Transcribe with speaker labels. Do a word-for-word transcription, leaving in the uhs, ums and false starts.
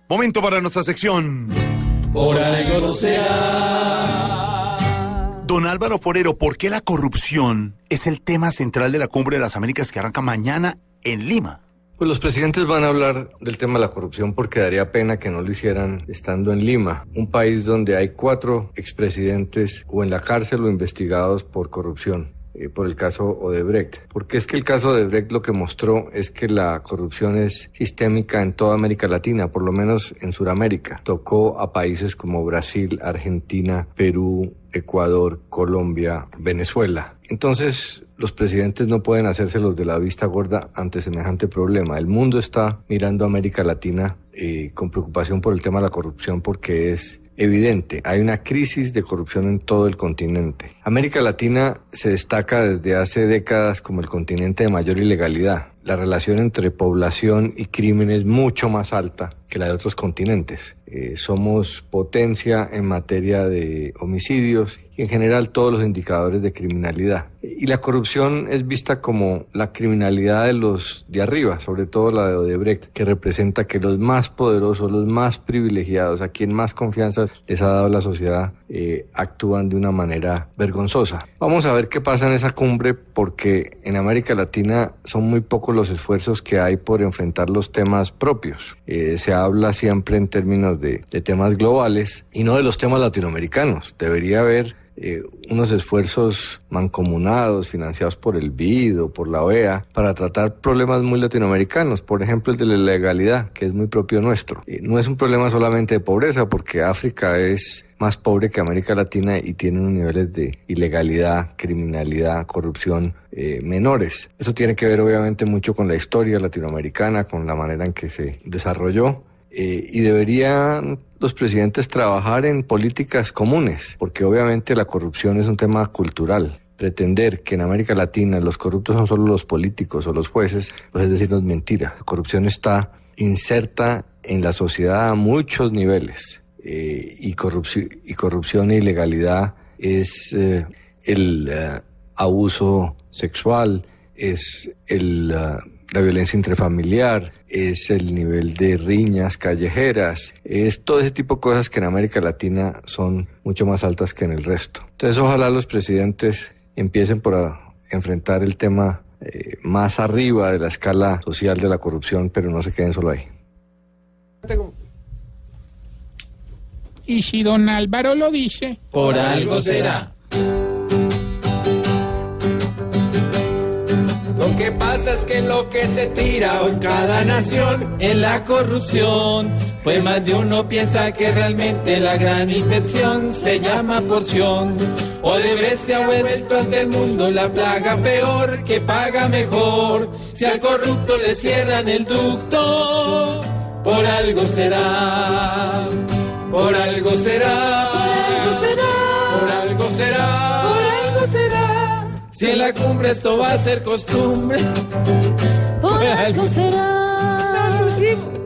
Speaker 1: Momento para nuestra sección.
Speaker 2: Por algo será.
Speaker 1: Don Álvaro Forero, ¿por qué la corrupción es el tema central de la Cumbre de las Américas que arranca mañana en Lima?
Speaker 3: Pues los presidentes van a hablar del tema de la corrupción porque daría pena que no lo hicieran estando en Lima, un país donde hay cuatro expresidentes o en la cárcel o investigados por corrupción. Por el caso Odebrecht. Porque es que el caso Odebrecht lo que mostró es que la corrupción es sistémica en toda América Latina, por lo menos en Sudamérica. Tocó a países como Brasil, Argentina, Perú, Ecuador, Colombia, Venezuela. Entonces, los presidentes no pueden hacerse los de la vista gorda ante semejante problema. El mundo está mirando a América Latina eh, con preocupación por el tema de la corrupción porque es evidente, hay una crisis de corrupción en todo el continente. América Latina se destaca desde hace décadas como el continente de mayor ilegalidad. La relación entre población y crimen es mucho más alta que la de otros continentes. Eh, somos potencia en materia de homicidios y en general todos los indicadores de criminalidad. Y la corrupción es vista como la criminalidad de los de arriba, sobre todo la de Odebrecht, que representa que los más poderosos, los más privilegiados, a quien más confianza les ha dado la sociedad, eh, actúan de una manera vergonzosa. Vamos a ver qué pasa en esa cumbre porque en América Latina son muy pocos los esfuerzos que hay por enfrentar los temas propios. Eh, se habla siempre en términos de, de temas globales y no de los temas latinoamericanos. Debería haber eh, unos esfuerzos mancomunados, financiados por el B I D o por la O E A, para tratar problemas muy latinoamericanos, por ejemplo el de la ilegalidad, que es muy propio nuestro. Eh, no es un problema solamente de pobreza, porque África es más pobre que América Latina y tiene unos niveles de ilegalidad, criminalidad, corrupción eh, menores. Eso tiene que ver obviamente mucho con la historia latinoamericana, con la manera en que se desarrolló. Eh, y deberían los presidentes trabajar en políticas comunes, porque obviamente la corrupción es un tema cultural. Pretender que en América Latina los corruptos son solo los políticos o los jueces, pues es decirnos mentira. La corrupción está inserta en la sociedad a muchos niveles. Eh, y, corrupción, y corrupción e ilegalidad es eh, el uh, abuso sexual, es el, uh, la violencia intrafamiliar, es el nivel de riñas callejeras, es todo ese tipo de cosas que en América Latina son mucho más altas que en el resto. Entonces ojalá los presidentes empiecen por a enfrentar el tema eh, más arriba de la escala social de la corrupción, pero no se queden solo ahí.
Speaker 4: Y si don Álvaro lo dice,
Speaker 2: por algo será. Lo que pasa es que lo que se tira en cada nación es la corrupción. Pues más de uno piensa que realmente la gran inversión se llama porción. Odebrecht se ha vuelto ante el mundo la plaga peor, que paga mejor. Si al corrupto le cierran el ducto, por algo será. Por algo será, por algo será, por algo será. Si en la cumbre esto va a ser costumbre,
Speaker 5: por algo será.